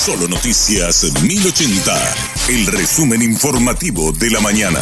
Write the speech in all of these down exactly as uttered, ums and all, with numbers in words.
Solo Noticias mil ochenta, el resumen informativo de la mañana.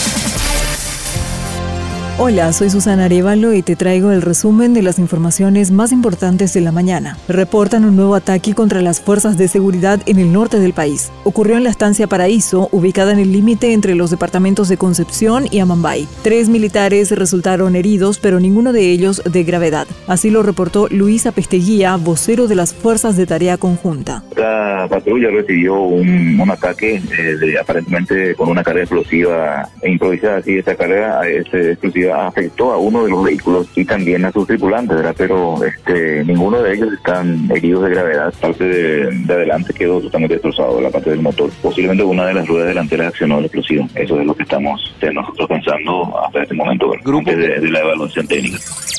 Hola, soy Susana Arévalo y te traigo el resumen de las informaciones más importantes de la mañana. Reportan un nuevo ataque contra las fuerzas de seguridad en el norte del país. Ocurrió en la estancia Paraíso, ubicada en el límite entre los departamentos de Concepción y Amambay. Tres militares resultaron heridos, pero ninguno de ellos de gravedad. Así lo reportó Luis Apesteguía, vocero de las Fuerzas de Tarea Conjunta. La patrulla recibió un, un ataque, eh, de, aparentemente con una carga explosiva e improvisada. Así, esta carga este, explosiva afectó a uno de los vehículos y también a sus tripulantes, ¿verdad? Pero este, ninguno de ellos están heridos de gravedad. La parte de, de adelante quedó totalmente destrozado, la parte del motor. Posiblemente una de las ruedas delanteras accionó el explosivo. Eso es lo que estamos eh, nosotros pensando hasta este momento, antes de, de la evaluación técnica.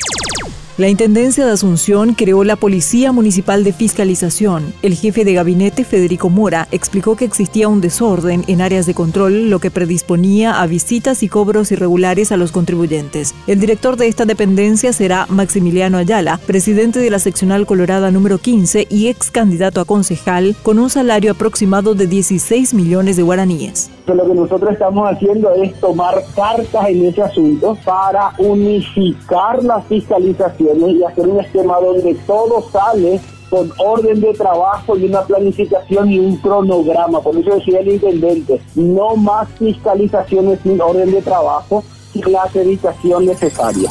La Intendencia de Asunción creó la Policía Municipal de Fiscalización. El jefe de gabinete, Federico Mora, explicó que existía un desorden en áreas de control, lo que predisponía a visitas y cobros irregulares a los contribuyentes. El director de esta dependencia será Maximiliano Ayala, presidente de la seccional colorada número quince y ex candidato a concejal, con un salario aproximado de dieciséis millones de guaraníes. Lo que nosotros estamos haciendo es tomar cartas en ese asunto para unificar las fiscalizaciones y hacer un esquema donde todo sale con orden de trabajo y una planificación y un cronograma. Por eso decía el intendente, no más fiscalizaciones sin orden de trabajo y la acreditación necesaria.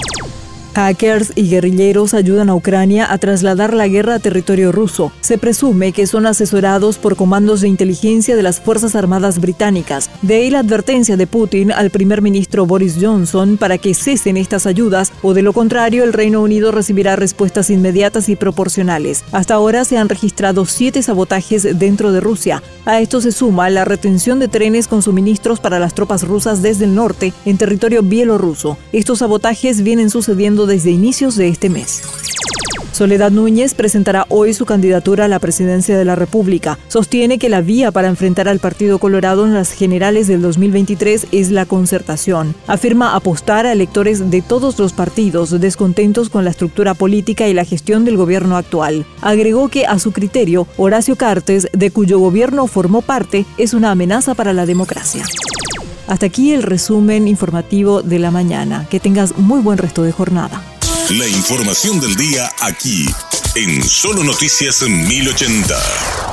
Hackers y guerrilleros ayudan a Ucrania a trasladar la guerra a territorio ruso. Se presume que son asesorados por comandos de inteligencia de las Fuerzas Armadas británicas. De ahí la advertencia de Putin al primer ministro Boris Johnson para que cesen estas ayudas o de lo contrario el Reino Unido recibirá respuestas inmediatas y proporcionales. Hasta ahora se han registrado siete sabotajes dentro de Rusia. A esto se suma la retención de trenes con suministros para las tropas rusas desde el norte en territorio bielorruso. Estos sabotajes vienen sucediendo desde inicios de este mes. Soledad Núñez presentará hoy su candidatura a la presidencia de la República. Sostiene que la vía para enfrentar al Partido Colorado en las generales del dos mil veintitrés es la concertación. Afirma apostar a electores de todos los partidos descontentos con la estructura política y la gestión del gobierno actual. Agregó que, a su criterio, Horacio Cartes, de cuyo gobierno formó parte, es una amenaza para la democracia. Hasta aquí el resumen informativo de la mañana. Que tengas muy buen resto de jornada. La información del día aquí, en Solo Noticias mil ochenta.